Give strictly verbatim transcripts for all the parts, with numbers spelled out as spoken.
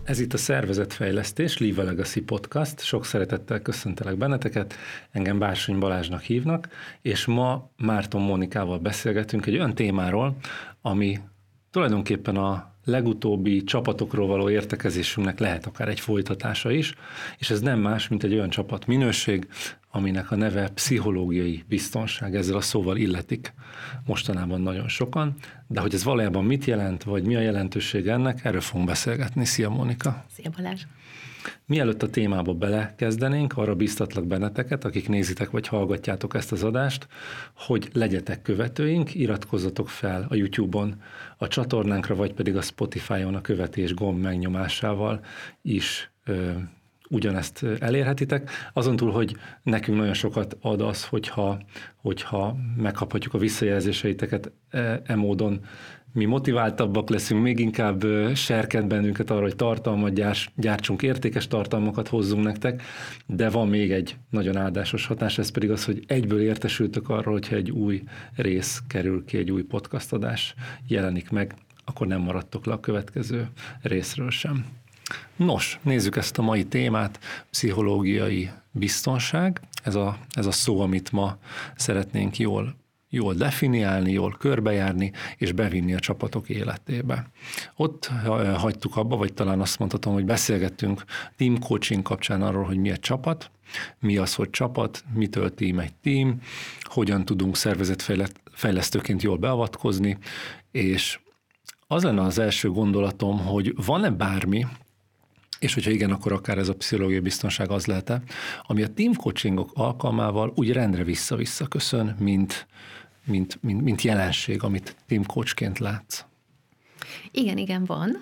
Ez itt a Szervezetfejlesztés, Live a Legacy Podcast. Sok szeretettel köszöntelek benneteket, engem Bársony Balázsnak hívnak, és ma Márton Mónikával beszélgetünk egy olyan témáról, ami tulajdonképpen a legutóbbi csapatokról való értekezésünknek lehet akár egy folytatása is, és ez nem más, mint egy olyan csapatminőség, aminek a neve pszichológiai biztonság, ezzel a szóval illetik mostanában nagyon sokan, de hogy ez valójában mit jelent, vagy mi a jelentőség ennek, erről fogunk beszélgetni. Szia, Mónika! Szia, Balázs! Mielőtt a témába belekezdenénk, arra biztatlak benneteket, akik nézitek vagy hallgatjátok ezt az adást, hogy legyetek követőink, iratkozzatok fel a YouTube-on a csatornánkra, vagy pedig a Spotify-on a követés gomb megnyomásával is ö, ugyanezt elérhetitek. Azon túl, hogy nekünk nagyon sokat ad az, hogyha, hogyha megkaphatjuk a visszajelzéseiteket e, e módon, mi motiváltabbak leszünk, még inkább serkent bennünket arra, hogy tartalmat gyárs, gyártsunk, értékes tartalmakat hozzunk nektek, de van még egy nagyon áldásos hatás, ez pedig az, hogy egyből értesültök arról, hogyha egy új rész kerül ki, egy új podcast adás jelenik meg, akkor nem maradtok le a következő részről sem. Nos, nézzük ezt a mai témát, pszichológiai biztonság, ez a, ez a szó, amit ma szeretnénk jól jól definiálni, jól körbejárni, és bevinni a csapatok életébe. Ott hagytuk abba, vagy talán azt mondhatom, hogy beszélgettünk team coaching kapcsán arról, hogy mi egy csapat, mi az, hogy csapat, mitől team egy team, hogyan tudunk szervezetfejlesztőként jól beavatkozni, és az lenne az első gondolatom, hogy van-e bármi, és hogyha igen, akkor akár ez a pszichológiai biztonság az lehet-e, ami a team coachingok alkalmával úgy rendre vissza-vissza köszön, mint, mint, mint, mint jelenség, amit team coachként látsz. Igen, igen, van.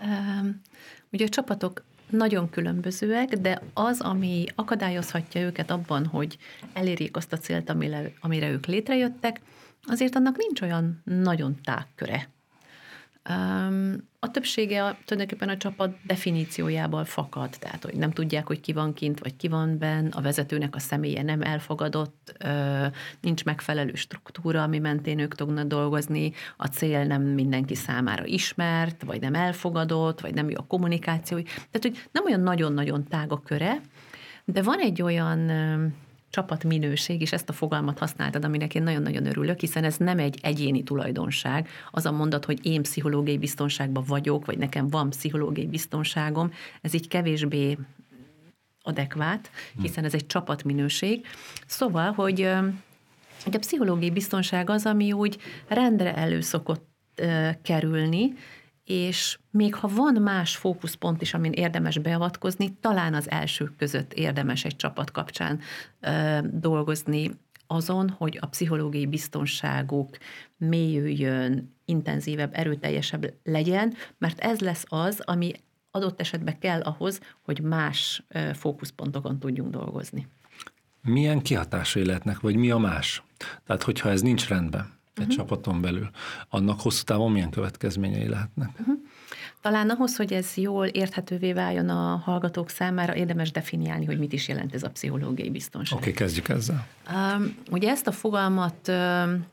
Ugye a csapatok nagyon különbözőek, de az, ami akadályozhatja őket abban, hogy elérjék azt a célt, amire, amire ők létrejöttek, azért annak nincs olyan nagyon tágköre. A többsége a, tulajdonképpen a csapat definíciójából fakad, tehát hogy nem tudják, hogy ki van kint, vagy ki van benn, a vezetőnek a személye nem elfogadott, nincs megfelelő struktúra, ami mentén ők tudnak dolgozni, a cél nem mindenki számára ismert, vagy nem elfogadott, vagy nem jó a kommunikáció. Tehát, hogy nem olyan nagyon-nagyon tág a köre, de van egy olyan csapatminőség, és ezt a fogalmat használtad, aminek én nagyon-nagyon örülök, hiszen ez nem egy egyéni tulajdonság. Az a mondat, hogy én pszichológiai biztonságban vagyok, vagy nekem van pszichológiai biztonságom, ez így kevésbé adekvát, hiszen ez egy csapatminőség. Szóval, hogy, hogy a pszichológiai biztonság az, ami úgy rendre elő szokott kerülni, és még ha van más fókuszpont is, amin érdemes beavatkozni, talán az elsők között érdemes egy csapat kapcsán ö, dolgozni azon, hogy a pszichológiai biztonságuk mélyüljön, intenzívebb, erőteljesebb legyen, mert ez lesz az, ami adott esetben kell ahhoz, hogy más ö, fókuszpontokon tudjunk dolgozni. Milyen kihatásai lehetnek, vagy mi a más? Tehát, hogyha ez nincs rendben egy uh-huh. csapaton belül, annak hosszú távon milyen következményei lehetnek? Uh-huh. Talán ahhoz, hogy ez jól érthetővé váljon a hallgatók számára, érdemes definiálni, hogy mit is jelent ez a pszichológiai biztonság. Oké, okay, kezdjük ezzel. Um, ugye ezt a fogalmat um,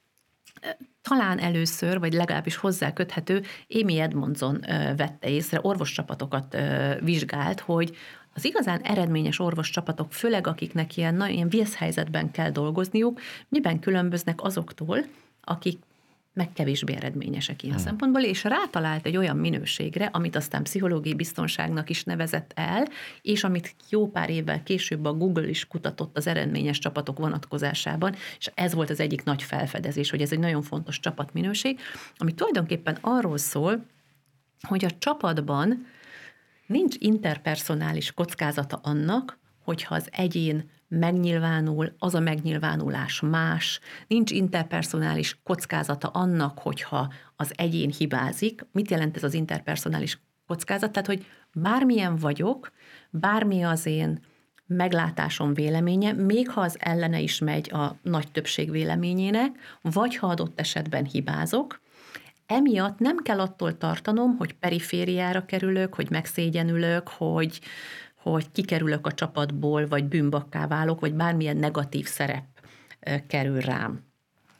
talán először, vagy legalábbis hozzá köthető, Amy Edmondson uh, vette észre, orvoscsapatokat uh, vizsgált, hogy az igazán eredményes orvoscsapatok, főleg akiknek ilyen, ilyen vészhelyzetben kell dolgozniuk, miben különböznek azoktól, akik meg kevésbé eredményesek ilyen hmm. szempontból, és rátalált egy olyan minőségre, amit aztán pszichológiai biztonságnak is nevezett el, és amit jó pár évvel később a Google is kutatott az eredményes csapatok vonatkozásában, és ez volt az egyik nagy felfedezés, hogy ez egy nagyon fontos csapatminőség, ami tulajdonképpen arról szól, hogy a csapatban nincs interpersonális kockázata annak, hogyha az egyén megnyilvánul, az a megnyilvánulás más, nincs interpersonális kockázata annak, hogyha az egyén hibázik. Mit jelent ez az interpersonális kockázat? Tehát, hogy bármilyen vagyok, bármi az én meglátásom, véleménye, még ha az ellene is megy a nagy többség véleményének, vagy ha adott esetben hibázok, emiatt nem kell attól tartanom, hogy perifériára kerülök, hogy megszégyenülök, hogy, hogy kikerülök a csapatból, vagy bűnbakká válok, vagy bármilyen negatív szerep kerül rám.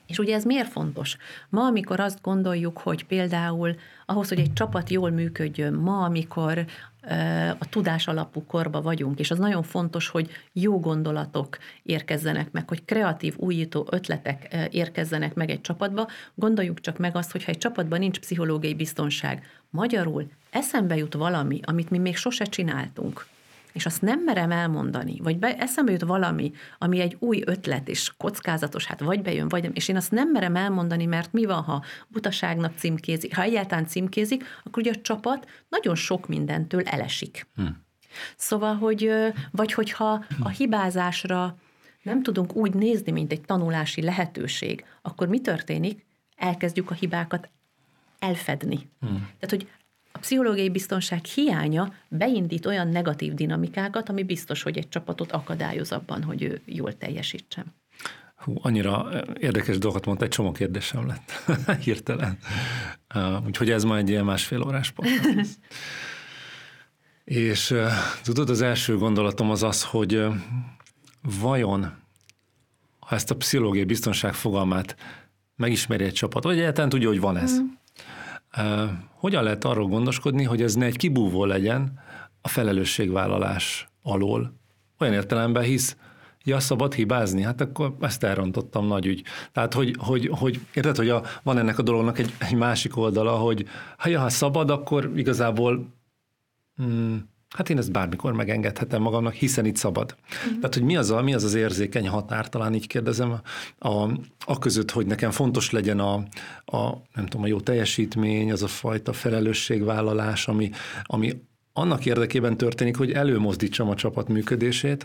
És ugye ez miért fontos? Ma, amikor azt gondoljuk, hogy például ahhoz, hogy egy csapat jól működjön, ma, amikor a tudás alapú korba vagyunk, és az nagyon fontos, hogy jó gondolatok érkezzenek meg, hogy kreatív, újító ötletek érkezzenek meg egy csapatba, gondoljuk csak meg azt, hogyha egy csapatban nincs pszichológiai biztonság, magyarul eszembe jut valami, amit mi még sose csináltunk, és azt nem merem elmondani, vagy be, eszembe jut valami, ami egy új ötlet, és kockázatos, hát vagy bejön, vagy nem, és én azt nem merem elmondani, mert mi van, ha butaságnak címkézik, ha egyáltalán címkézik, akkor ugye a csapat nagyon sok mindentől elesik. Hm. Szóval, hogy, vagy hogyha a hibázásra nem tudunk úgy nézni, mint egy tanulási lehetőség, akkor mi történik? Elkezdjük a hibákat elfedni. Hm. Tehát, hogy a pszichológiai biztonság hiánya beindít olyan negatív dinamikákat, ami biztos, hogy egy csapatot akadályoz abban, hogy ő jól teljesítsen. Hú, annyira érdekes dolgokat mondta, egy csomó kérdésem lett hirtelen. Uh, úgyhogy ez ma egy ilyen másfél órás podcast lesz. És uh, tudod, az első gondolatom az az, hogy uh, vajon, ha ezt a pszichológiai biztonság fogalmát megismeri egy csapat, vagy egyáltalán tudja, hogy van ez, mm. Uh, hogyan lehet arról gondoskodni, hogy ez ne egy kibúvó legyen a felelősségvállalás alól? Olyan értelemben hisz, ja, szabad hibázni? Hát akkor ezt elrontottam, nagy ügy. Tehát, hogy, hogy, hogy érted, hogy a, van ennek a dolognak egy, egy másik oldala, hogy ha, ja, ha szabad, akkor igazából hmm, hát én ezt bármikor megengedhetem magamnak, hiszen itt szabad. Uh-huh. Tehát, hogy mi az, a, mi az az érzékeny határ, talán így kérdezem, a, a között, hogy nekem fontos legyen a, a, nem tudom, a jó teljesítmény, az a fajta felelősségvállalás, ami, ami annak érdekében történik, hogy előmozdítsam a csapat működését,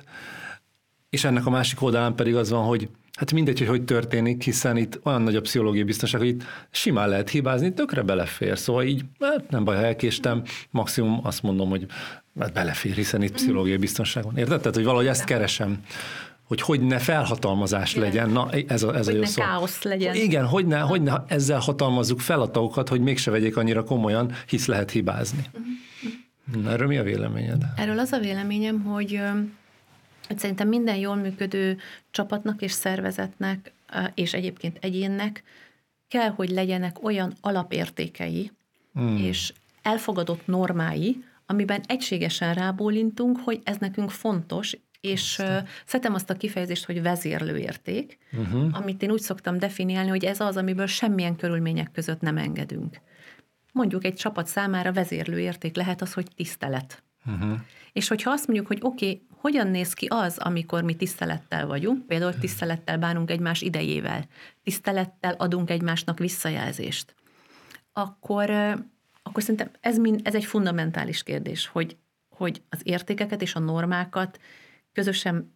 és ennek a másik oldalán pedig az van, hogy hát mindegy, hogy hogy történik, hiszen itt olyan nagy a pszichológiai biztonság, hogy itt simán lehet hibázni, tökre belefér. Szóval így hát nem baj, ha elkéstem, maximum azt mondom, hogy hát belefér, hiszen itt pszichológiai biztonság van. Érted? Tehát, hogy valahogy ezt keresem, hogy hogy ne felhatalmazás igen. legyen. Na, ez a, ez hogy a jó ne szó. káosz legyen. Igen, hogy ne, hogy ne ezzel hatalmazzuk fel a tagokat, hogy mégse vegyék annyira komolyan, hisz lehet hibázni. Uh-huh. Erről mi a véleményed? Erről az a véleményem, hogy hogy szerintem minden jól működő csapatnak és szervezetnek, és egyébként egyénnek kell, hogy legyenek olyan alapértékei hmm. és elfogadott normái, amiben egységesen rábólintunk, hogy ez nekünk fontos, és uh, szeretem azt a kifejezést, hogy vezérlőérték, uh-huh. amit én úgy szoktam definiálni, hogy ez az, amiből semmilyen körülmények között nem engedünk. Mondjuk egy csapat számára vezérlőérték lehet az, hogy tisztelet. Uh-huh. És hogyha azt mondjuk, hogy oké, okay, hogyan néz ki az, amikor mi tisztelettel vagyunk, például tisztelettel bánunk egymás idejével, tisztelettel adunk egymásnak visszajelzést, akkor, akkor szerintem ez, mind, ez egy fundamentális kérdés, hogy, hogy az értékeket és a normákat közösen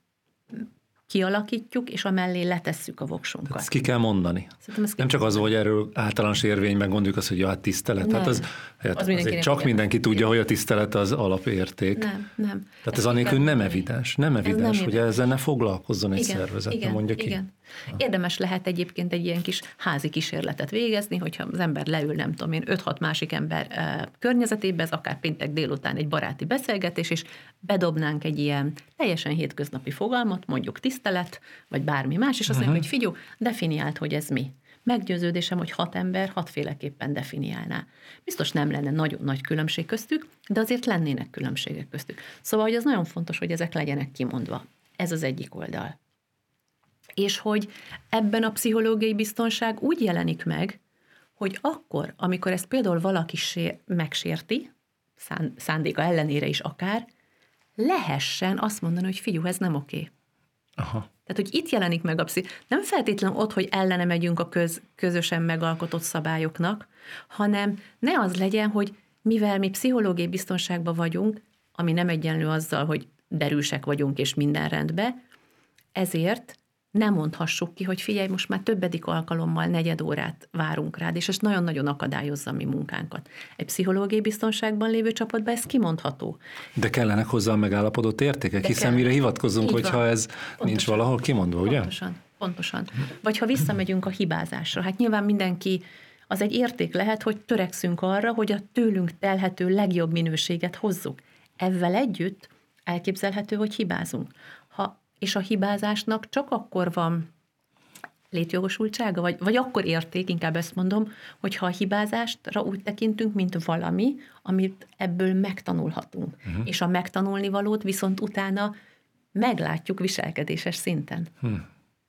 kialakítjuk, és amellé letesszük a voksunkat. Ezt ki kell mondani. Nem csak az, hogy erről általános érvényben gondoljuk azt, hogy ja, hát tisztelet. Nem. Hát az, hát az azért csak mindenki tudja, hogy a tisztelet az alapérték. Nem, nem. Tehát ezt ez anélkül nem evidens. Nem evidens, nem hogy evidens. Ezzel ne foglalkozzon egy igen, szervezet, igen, mondja ki. Igen. Érdemes lehet egyébként egy ilyen kis házi kísérletet végezni, hogyha az ember leül, nem tudom én, öt-hat másik ember uh, környezetében, ez akár péntek délután egy baráti beszélgetés, és bedobnánk egy ilyen teljesen hétköznapi fogalmat, mondjuk tisztelet, vagy bármi más, és azt mondjuk, uh-huh. hogy figyelj, definiált, hogy ez mi. Meggyőződésem, hogy hat ember hatféleképpen definiálná. Biztos nem lenne nagyon nagy különbség köztük, de azért lennének különbségek köztük. Szóval, hogy az nagyon fontos, hogy ezek legyenek kimondva. Ez az egyik oldal. És hogy ebben a pszichológiai biztonság úgy jelenik meg, hogy akkor, amikor ezt például valaki sér, megsérti, szán, szándéka ellenére is akár, lehessen azt mondani, hogy figyelj, ez nem oké. Aha. Tehát, hogy itt jelenik meg a pszich... Nem feltétlenül ott, hogy ellene megyünk a köz, közösen megalkotott szabályoknak, hanem ne az legyen, hogy mivel mi pszichológiai biztonságban vagyunk, ami nem egyenlő azzal, hogy derűsek vagyunk és minden rendben, ezért nem mondhassuk ki, hogy figyelj, most már többedik alkalommal negyed órát várunk rád, és ez nagyon-nagyon akadályozza a mi munkánkat. Egy pszichológiai biztonságban lévő csapatban ez kimondható. De kellenek hozzá a megállapodott értékek, De hiszen kell. Mire hivatkozunk, hogyha ez pontosan. Nincs valahol kimondva, ugye? Pontosan, pontosan. Vagy ha visszamegyünk a hibázásra, hát nyilván mindenki, az egy érték lehet, hogy törekszünk arra, hogy a tőlünk telhető legjobb minőséget hozzuk. Ezzel együtt elképzelhető, hogy hibázunk. Ha és a hibázásnak csak akkor van létjogosultsága, vagy, vagy akkor érték, inkább ezt mondom, hogyha a hibázástra úgy tekintünk, mint valami, amit ebből megtanulhatunk. Uh-huh. És a megtanulni valót viszont utána meglátjuk viselkedéses szinten. Hmm.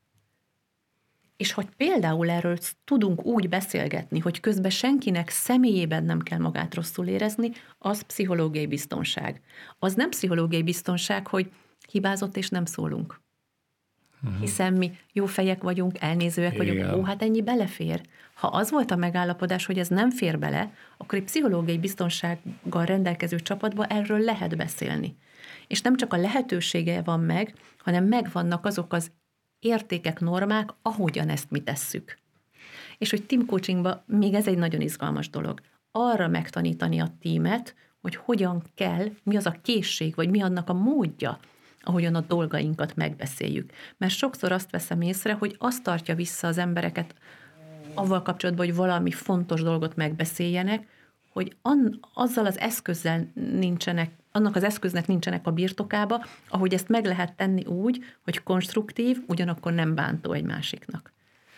És hogy például erről tudunk úgy beszélgetni, hogy közben senkinek személyében nem kell magát rosszul érezni, az pszichológiai biztonság. Az nem pszichológiai biztonság, hogy hibázott és nem szólunk. Uh-huh. Hiszen mi jó fejek vagyunk, elnézőek vagyunk, igen. Ó, hát ennyi belefér. Ha az volt a megállapodás, hogy ez nem fér bele, akkor egy pszichológiai biztonsággal rendelkező csapatban erről lehet beszélni. És nem csak a lehetősége van meg, hanem megvannak azok az értékek, normák, ahogyan ezt mi tesszük. És hogy team coachingban még ez egy nagyon izgalmas dolog. Arra megtanítani a tímet, hogy hogyan kell, mi az a készség, vagy mi annak a módja, ahogyan a dolgainkat megbeszéljük. Mert sokszor azt veszem észre, hogy azt tartja vissza az embereket avval kapcsolatban, hogy valami fontos dolgot megbeszéljenek, hogy an, azzal az eszközzel nincsenek, annak az eszköznek nincsenek a birtokába, ahogy ezt meg lehet tenni úgy, hogy konstruktív, ugyanakkor nem bántó egy másiknak.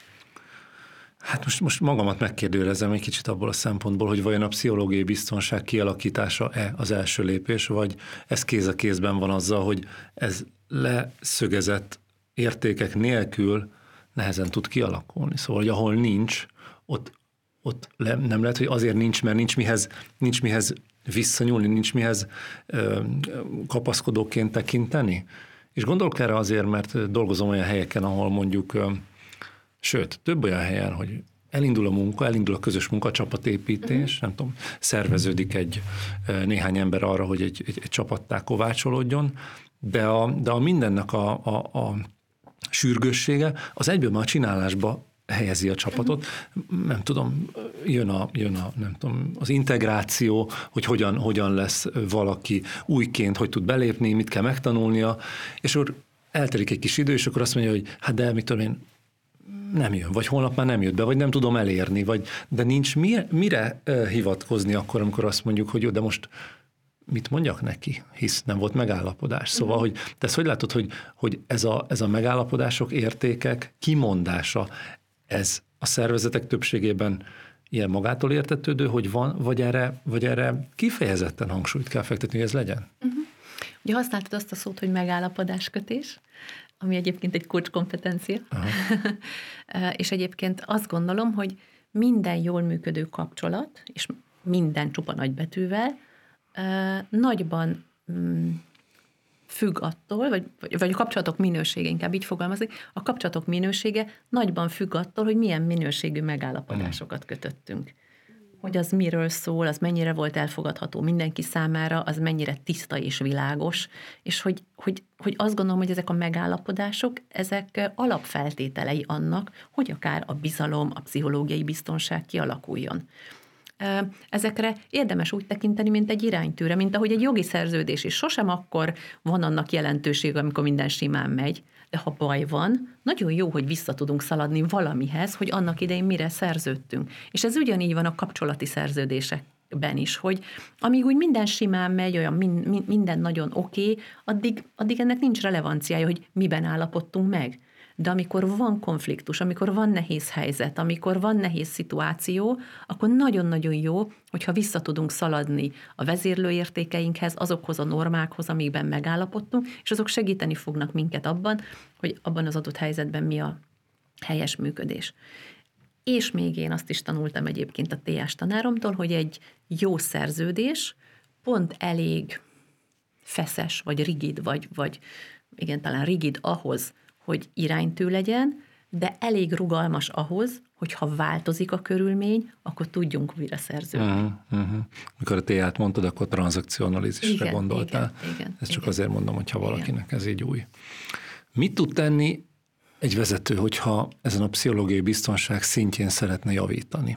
Hát most, most magamat megkérdőjelezem egy kicsit abból a szempontból, hogy vajon a pszichológiai biztonság kialakítása-e az első lépés, vagy ez kéz a kézben van azzal, hogy ez leszögezett értékek nélkül nehezen tud kialakulni. Szóval, hogy ahol nincs, ott, ott le, nem lehet, hogy azért nincs, mert nincs mihez, nincs mihez visszanyúlni, nincs mihez ö, kapaszkodóként tekinteni. És gondolok erre azért, mert dolgozom olyan helyeken, ahol mondjuk ö, sőt, több olyan helyen, hogy elindul a munka, elindul a közös munka, csapatépítés, uh-huh. nem tudom, szerveződik egy néhány ember arra, hogy egy, egy, egy csapattá kovácsolódjon, de a, de a mindennek a, a, a sürgőssége az egyből már a csinálásba helyezi a csapatot. Uh-huh. Nem tudom, jön, a, jön a, nem tudom, az integráció, hogy hogyan, hogyan lesz valaki újként, hogy tud belépni, mit kell megtanulnia, és akkor eltelik egy kis idő, és akkor azt mondja, hogy hát de mit tudom én, nem jön, vagy holnap már nem jött be, vagy nem tudom elérni, vagy, de nincs mire, mire hivatkozni akkor, amikor azt mondjuk, hogy jó, de most mit mondjak neki, hisz nem volt megállapodás. Szóval, hogy te ezt hogy látod, hogy, hogy ez, a, ez a megállapodások, értékek kimondása, ez a szervezetek többségében ilyen magától értetődő, hogy van, vagy erre, vagy erre kifejezetten hangsúlyt kell fektetni, hogy ez legyen? Uh-huh. Ugye használtad azt a szót, hogy megállapodáskötés, ami egyébként egy coach kompetencia. És egyébként azt gondolom, hogy minden jól működő kapcsolat, és minden csupa nagybetűvel, nagyban függ attól, vagy, vagy a kapcsolatok minősége, inkább így fogalmazik, a kapcsolatok minősége nagyban függ attól, hogy milyen minőségű megállapodásokat kötöttünk. Hogy az miről szól, az mennyire volt elfogadható mindenki számára, az mennyire tiszta és világos, és hogy, hogy, hogy azt gondolom, hogy ezek a megállapodások, ezek alapfeltételei annak, hogy akár a bizalom, a pszichológiai biztonság kialakuljon. Ezekre érdemes úgy tekinteni, mint egy iránytűre, mint ahogy egy jogi szerződés is. Sosem akkor van annak jelentősége, amikor minden simán megy, de ha baj van, nagyon jó, hogy vissza tudunk szaladni valamihez, hogy annak idején mire szerződtünk. És ez ugyanígy van a kapcsolati szerződésekben is, hogy amíg úgy minden simán megy, olyan min, minden nagyon oké, okay, addig, addig ennek nincs relevanciája, hogy miben állapodtunk meg. De amikor van konfliktus, amikor van nehéz helyzet, amikor van nehéz szituáció, akkor nagyon-nagyon jó, hogyha vissza tudunk szaladni a vezérlőértékeinkhez, azokhoz a normákhoz, amikben megállapodtunk, és azok segíteni fognak minket abban, hogy abban az adott helyzetben mi a helyes működés. És még én azt is tanultam egyébként a té á es tanáromtól, hogy egy jó szerződés pont elég feszes, vagy rigid, vagy, vagy igen, talán rigid ahhoz, hogy iránytű legyen, de elég rugalmas ahhoz, hogy ha változik a körülmény, akkor tudjunk újra szerződni. Uh-huh, uh-huh. Mikor a té á-t mondtad, akkor tranzakcionalizmusra gondoltál. Igen, igen, Ezt csak igen. azért mondom, hogyha valakinek igen. ez így új. Mit tud tenni egy vezető, hogyha ezen a pszichológiai biztonság szintjén szeretne javítani?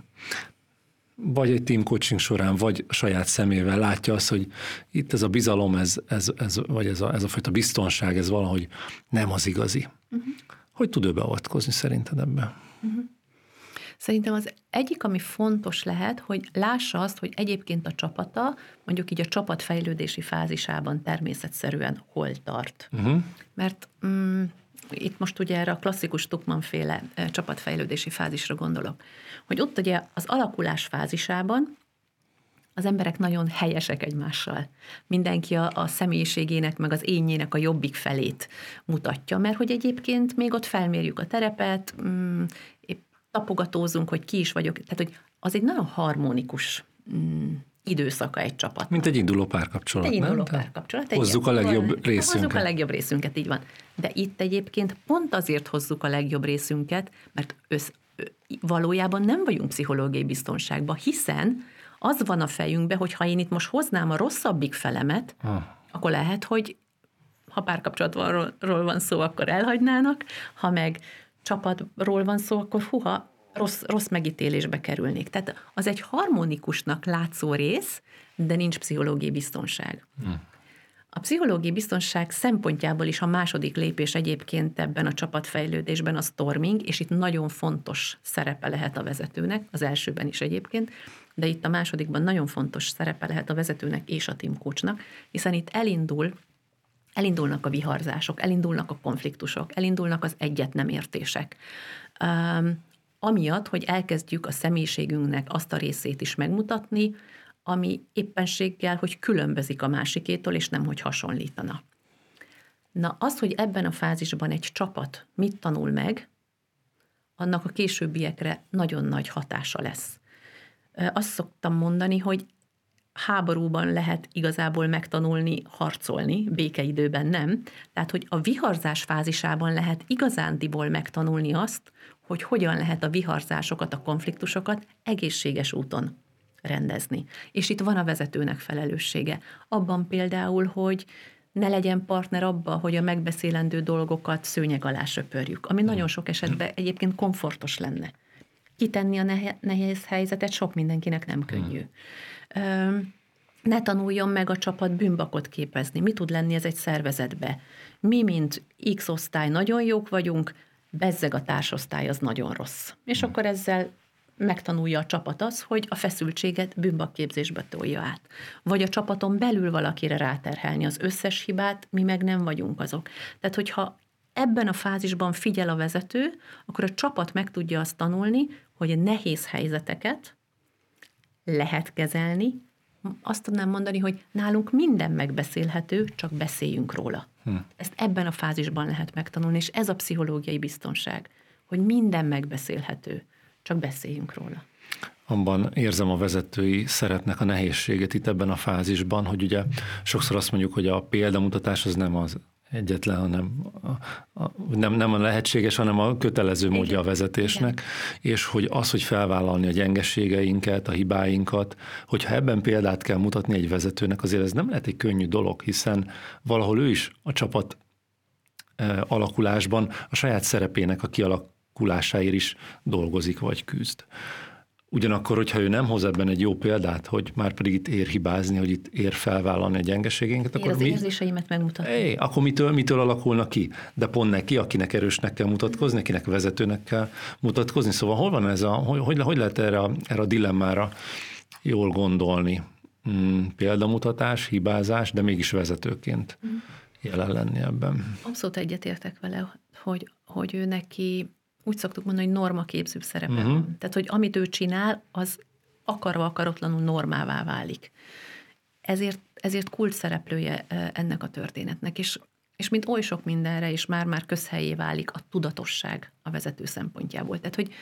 Vagy egy team coaching során, vagy a saját szemével látja azt, hogy itt ez a bizalom, ez, ez, ez, vagy ez a, ez a fajta biztonság, ez valahogy nem az igazi. Uh-huh. Hogy tud ő beavatkozni szerinted ebben? Uh-huh. Szerintem az egyik, ami fontos lehet, hogy lássa azt, hogy egyébként a csapata, mondjuk így a csapatfejlődési fázisában természetszerűen hol tart. Uh-huh. Mert mm, itt most ugye erre a klasszikus Tuchman-féle csapatfejlődési fázisra gondolok, hogy ott ugye az alakulás fázisában az emberek nagyon helyesek egymással. Mindenki a, a személyiségének, meg az énjének a jobbik felét mutatja, mert hogy egyébként még ott felmérjük a terepet, mm, épp tapogatózunk, hogy ki is vagyok, tehát hogy az egy nagyon harmonikus mm, időszaka egy csapat. Mint egy induló párkapcsolat, egy induló nem? párkapcsolat. Hozzuk a legjobb részünket. Hozzuk a legjobb részünket, így van. De itt egyébként pont azért hozzuk a legjobb részünket, mert össz, valójában nem vagyunk pszichológiai biztonságban, hiszen az van a fejünkben, hogy ha én itt most hoznám a rosszabbik felemet, ah. akkor lehet, hogy ha párkapcsolatról van szó, akkor elhagynának, ha meg csapatról van szó, akkor huha, rossz, rossz megítélésbe kerülnék. Tehát az egy harmonikusnak látszó rész, de nincs pszichológiai biztonság. Hmm. A pszichológiai biztonság szempontjából is a második lépés egyébként ebben a csapatfejlődésben a storming, és itt nagyon fontos szerepe lehet a vezetőnek, az elsőben is egyébként, de itt a másodikban nagyon fontos szerepe lehet a vezetőnek és a team coachnak, hiszen itt elindul, elindulnak a viharzások, elindulnak a konfliktusok, elindulnak az egyet nem értések. Um, amiatt, hogy elkezdjük a személyiségünknek azt a részét is megmutatni, ami éppenséggel, hogy különbözik a másikétól, és nem, hogy hasonlítana. Na, az, hogy ebben a fázisban egy csapat mit tanul meg, annak a későbbiekre nagyon nagy hatása lesz. Azt szoktam mondani, hogy háborúban lehet igazából megtanulni harcolni, békeidőben nem. Tehát, hogy a viharzás fázisában lehet igazándiból megtanulni azt, hogy hogyan lehet a viharzásokat, a konfliktusokat egészséges úton rendezni. És itt van a vezetőnek felelőssége. Abban például, hogy ne legyen partner abba, hogy a megbeszélendő dolgokat szőnyeg alá söpörjük, ami nagyon sok esetben egyébként komfortos lenne. Kitenni a nehéz helyzetet sok mindenkinek nem könnyű. Ne tanuljon meg a csapat bűnbakot képezni. Mi tud lenni ez egy szervezetbe? Mi, mint X osztály nagyon jók vagyunk, bezzeg a társosztály az nagyon rossz. És akkor ezzel megtanulja a csapat az, hogy a feszültséget bűnbakképzésbe tolja át. Vagy a csapaton belül valakire ráterhelni az összes hibát, mi meg nem vagyunk azok. Tehát, hogyha ebben a fázisban figyel a vezető, akkor a csapat meg tudja azt tanulni, hogy a nehéz helyzeteket lehet kezelni. Azt tudnám mondani, hogy nálunk minden megbeszélhető, csak beszéljünk róla. Hm. Ezt ebben a fázisban lehet megtanulni, és ez a pszichológiai biztonság, hogy minden megbeszélhető, csak beszéljünk róla. Abban érzem a vezetői szerepnek a nehézséget itt ebben a fázisban, hogy ugye sokszor azt mondjuk, hogy a példamutatás az nem az egyetlen, hanem a, a, nem, nem a lehetséges, hanem a kötelező módja igen, a vezetésnek, igen. És hogy az, hogy felvállalni a gyengeségeinket, a hibáinkat, hogyha ebben példát kell mutatni egy vezetőnek, azért ez nem lehet egy könnyű dolog, hiszen valahol ő is a csapat e, alakulásban a saját szerepének a kialakulásáért is dolgozik vagy küzd. Ugyanakkor, hogyha ő nem hoz ebben egy jó példát, hogy már pedig itt ér hibázni, hogy itt ér felvállalni a gyengeségeinket, ér akkor az mi... érzéseimet megmutatni. É, akkor mitől, mitől alakulnak ki? De pont neki, akinek erősnek kell mutatkozni, akinek vezetőnek kell mutatkozni. Szóval hol van ez a, hogy, hogy, hogy lehet erre a, erre a dilemmára jól gondolni? Hmm, példamutatás, hibázás, de mégis vezetőként mm. jelen lenni ebben. Abszolút egyetértek vele, hogy, hogy ő neki... úgy szoktuk mondani, hogy normaképző szerepe uh-huh. van. Tehát, hogy amit ő csinál, az akarva akaratlanul normává válik. Ezért, ezért kult szereplője ennek a történetnek, és, és mint oly sok mindenre, és már-már közhelyé válik a tudatosság a vezető szempontjából. Tehát, hogy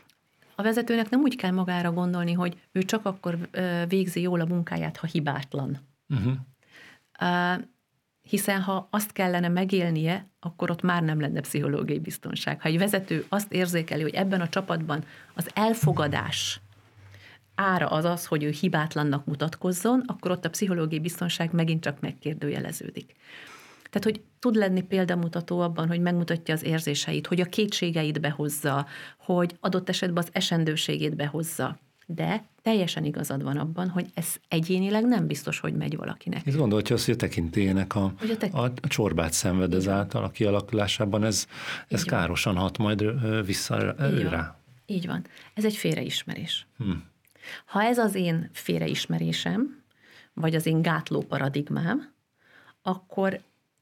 a vezetőnek nem úgy kell magára gondolni, hogy ő csak akkor végzi jól a munkáját, ha hibátlan. Uh-huh. Uh, hiszen ha azt kellene megélnie, akkor ott már nem lenne pszichológiai biztonság. Ha egy vezető azt érzékeli, hogy ebben a csapatban az elfogadás ára az az, hogy ő hibátlannak mutatkozzon, akkor ott a pszichológiai biztonság megint csak megkérdőjeleződik. Tehát, hogy tud lenni példamutató abban, hogy megmutatja az érzéseit, hogy a kétségeit behozza, hogy adott esetben az esendőségét behozza. De teljesen igazad van abban, hogy ez egyénileg nem biztos, hogy megy valakinek. Itt gondolhatja azt, hogy a tekintélyének a, a, tek... a, a csorbát szenved ezáltal a kialakulásában, ez, ez károsan hat majd vissza ő rá. Így van. Ez egy félreismerés. Hmm. Ha ez az én félreismerésem, vagy az én gátló paradigmám, akkor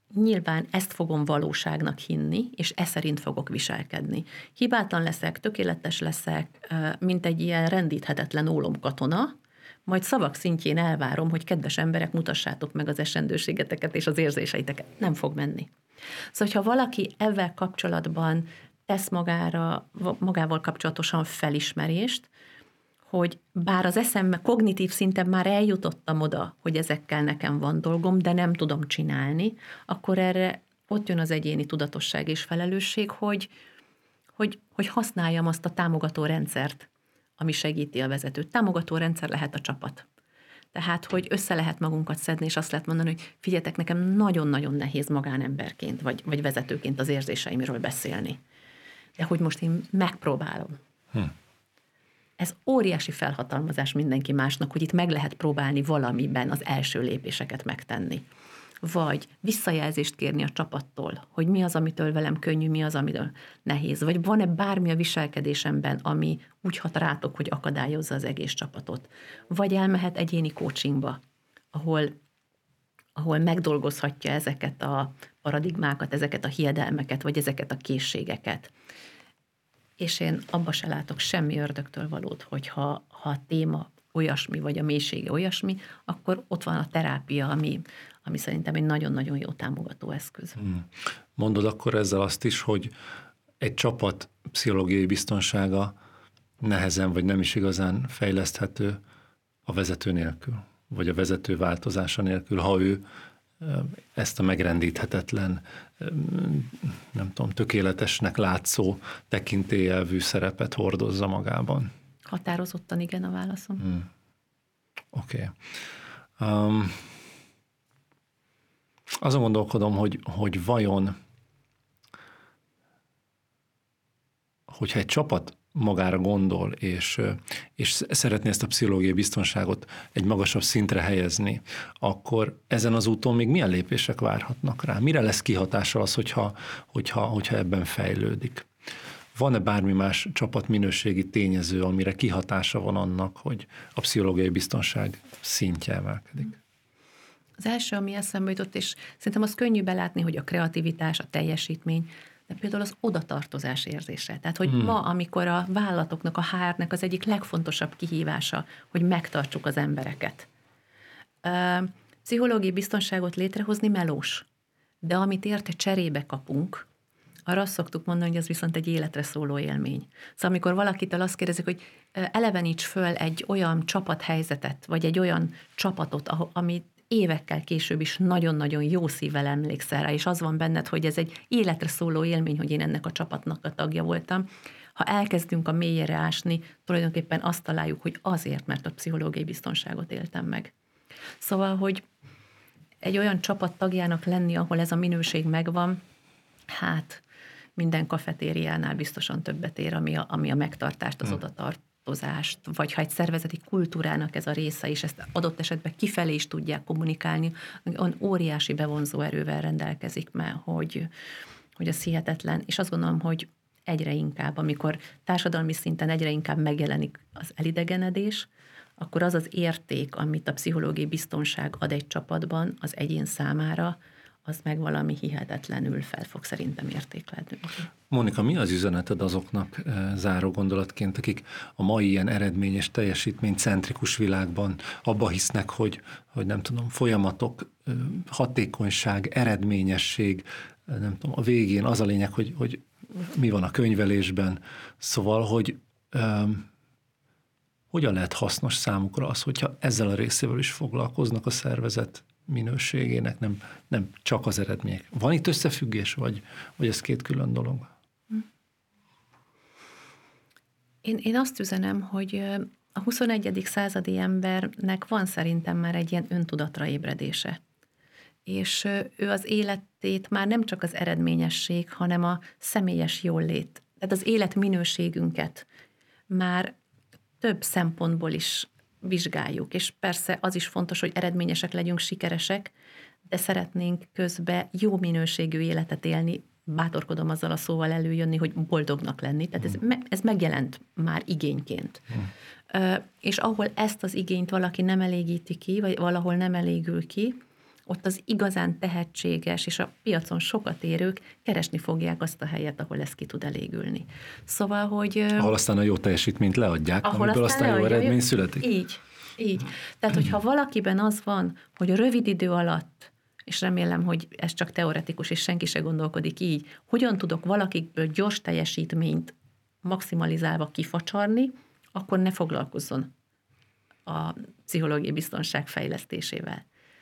nyilván ezt fogom valóságnak hinni, és e szerint fogok viselkedni. Hibátlan leszek, tökéletes leszek, mint egy ilyen rendíthetetlen ólomkatona, majd szavak szintjén elvárom, hogy kedves emberek, mutassátok meg az esendőségeteket és az érzéseiteket. Nem fog menni. Szóval, ha valaki ezzel kapcsolatban tesz magára, magával kapcsolatosan felismerést, hogy bár az eszembe kognitív szinten már eljutottam oda, hogy ezekkel nekem van dolgom, de nem tudom csinálni, akkor erre ott jön az egyéni tudatosság és felelősség, hogy, hogy, hogy használjam azt a támogató rendszert, ami segíti a vezetőt. Támogató rendszer lehet a csapat. Tehát, hogy össze lehet magunkat szedni, és azt lehet mondani, hogy figyeljetek, nekem nagyon-nagyon nehéz magánemberként, vagy, vagy vezetőként az érzéseimről beszélni. De hogy most én megpróbálom. Hm. Ez óriási felhatalmazás mindenki másnak, hogy itt meg lehet próbálni valamiben az első lépéseket megtenni. Vagy visszajelzést kérni a csapattól, hogy mi az, amitől velem könnyű, mi az, amitől nehéz. Vagy van-e bármi a viselkedésemben, ami úgy hat rátok, hogy akadályozza az egész csapatot. Vagy elmehet egyéni coachingba, ahol, ahol megdolgozhatja ezeket a paradigmákat, ezeket a hiedelmeket, vagy ezeket a készségeket. És én abba se látok semmi ördögtől valót, hogyha ha a téma olyasmi, vagy a mélysége olyasmi, akkor ott van a terápia, ami, ami szerintem egy nagyon-nagyon jó támogató eszköz. Mondod akkor ezzel azt is, hogy egy csapat pszichológiai biztonsága nehezen, vagy nem is igazán fejleszthető a vezető nélkül, vagy a vezető változása nélkül, ha ő ezt a megrendíthetetlen, nem tudom, tökéletesnek látszó tekintélyelvű szerepet hordozza magában. Határozottan igen a válaszom. Hmm. Oké. Okay. Um, azon gondolkodom, hogy, hogy vajon, hogyha egy csapat magára gondol, és, és szeretné ezt a pszichológiai biztonságot egy magasabb szintre helyezni, akkor ezen az úton még milyen lépések várhatnak rá? Mire lesz kihatása az, hogyha, hogyha, hogyha ebben fejlődik? Van-e bármi más csapatminőségi tényező, amire kihatása van annak, hogy a pszichológiai biztonság szintje emelkedik? Az első, ami eszembe jutott, és szerintem az könnyű belátni, hogy a kreativitás, a teljesítmény, de például az odatartozás érzése. Tehát, hogy hmm. ma, amikor a vállalatoknak, a há er-nek az egyik legfontosabb kihívása, hogy megtartsuk az embereket. Uh, pszichológiai biztonságot létrehozni melós, de amit érte cserébe kapunk, arra azt szoktuk mondani, hogy ez viszont egy életre szóló élmény. Szóval amikor valakitől azt kérdezik, hogy eleveníts föl egy olyan csapathelyzetet, vagy egy olyan csapatot, amit évekkel később is nagyon-nagyon jó szívvel emlékszel rá, és az van benned, hogy ez egy életre szóló élmény, hogy én ennek a csapatnak a tagja voltam. Ha elkezdünk a mélyére ásni, tulajdonképpen azt találjuk, hogy azért, mert a pszichológiai biztonságot éltem meg. Szóval, hogy egy olyan csapat tagjának lenni, ahol ez a minőség megvan, hát minden kafetériánál biztosan többet ér, ami a, ami a megtartást, az hmm. odatartozást, vagy ha egy szervezeti kultúrának ez a része, és ezt adott esetben kifelé is tudják kommunikálni, olyan óriási bevonzó erővel rendelkezik, mert hogy, hogy az hihetetlen, és azt gondolom, hogy egyre inkább, amikor társadalmi szinten egyre inkább megjelenik az elidegenedés, akkor az az érték, amit a pszichológiai biztonság ad egy csapatban az egyén számára, az meg valami hihetetlenül fel fog szerintem értékelni. Mónika, mi az üzeneted azoknak záró gondolatként, akik a mai ilyen eredményes, teljesítménycentrikus világban abba hisznek, hogy, hogy nem tudom, folyamatok, hatékonyság, eredményesség, nem tudom, a végén az a lényeg, hogy, hogy mi van a könyvelésben, szóval, hogy um, hogyan lehet hasznos számukra az, hogyha ezzel a részével is foglalkoznak a szervezet minőségének, nem, nem csak az eredmények. Van itt összefüggés, vagy, vagy ez két külön dolog? Én, én azt üzenem, hogy a huszonegyedik századi embernek van szerintem már egy ilyen öntudatra ébredése. És ő az életét már nem csak az eredményesség, hanem a személyes jólét, tehát az életminőségünket már több szempontból is vizsgáljuk, és persze az is fontos, hogy eredményesek legyünk, sikeresek, de szeretnénk közben jó minőségű életet élni, bátorkodom azzal a szóval előjönni, hogy boldognak lenni. Tehát ez, ez megjelent már igényként. Hmm. És ahol ezt az igényt valaki nem elégíti ki, vagy valahol nem elégül ki, ott az igazán tehetséges és a piacon sokat érők keresni fogják azt a helyet, ahol ez ki tud elégülni. Szóval, hogy... Ahol aztán a jó teljesítményt leadják, amiből aztán, aztán jó eredmény születik. Így, így. Tehát, hogyha valakiben az van, hogy rövid idő alatt, és remélem, hogy ez csak teoretikus, és senki se gondolkodik így, hogyan tudok valakikből gyors teljesítményt maximalizálva kifacsarni, akkor ne foglalkozzon a pszichológiai biztonság fejlesztésével.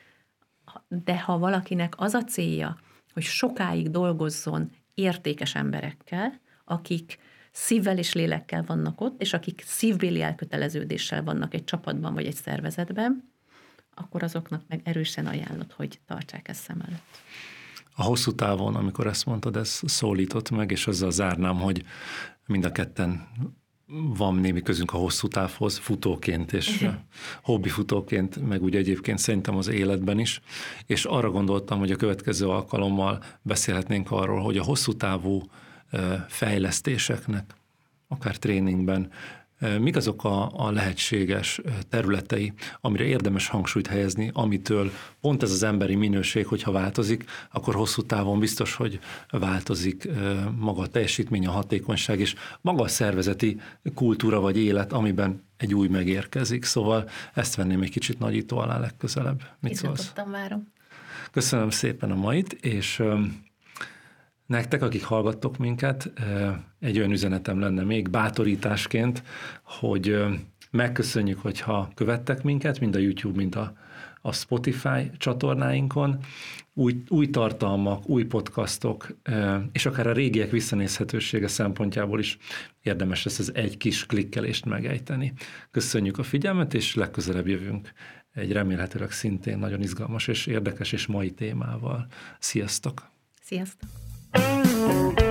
De ha valakinek az a célja, hogy sokáig dolgozzon értékes emberekkel, akik szívvel és lélekkel vannak ott, és akik szívbéli elköteleződéssel vannak egy csapatban vagy egy szervezetben, akkor azoknak meg erősen ajánlott, hogy tartsák ezt szem előtt. A hosszú távon, amikor ezt mondtad, ez szólított meg, és azzal zárnám, hogy mind a ketten van némi közünk a hosszú távhoz, futóként és hobbi futóként, meg úgy egyébként szerintem az életben is, és arra gondoltam, hogy a következő alkalommal beszélhetnénk arról, hogy a hosszú távú fejlesztéseknek, akár tréningben, mik azok a, a lehetséges területei, amire érdemes hangsúlyt helyezni, amitől pont ez az emberi minőség, hogyha változik, akkor hosszú távon biztos, hogy változik maga a teljesítmény, a hatékonyság, és maga a szervezeti kultúra vagy élet, amiben egy új megérkezik. Szóval ezt venném egy kicsit nagyító alá legközelebb. Mit szólsz? Várom. Köszönöm szépen a mait, és nektek, akik hallgattok minket, egy olyan üzenetem lenne még bátorításként, hogy megköszönjük, hogyha követtek minket, mind a YouTube, mind a, a Spotify csatornáinkon. Új, új tartalmak, új podcastok, és akár a régiek visszanézhetősége szempontjából is érdemes lesz ez egy kis klikkelést megejteni. Köszönjük a figyelmet, és legközelebb jövünk egy remélhetőleg szintén nagyon izgalmas és érdekes és mai témával. Sziasztok! Sziasztok!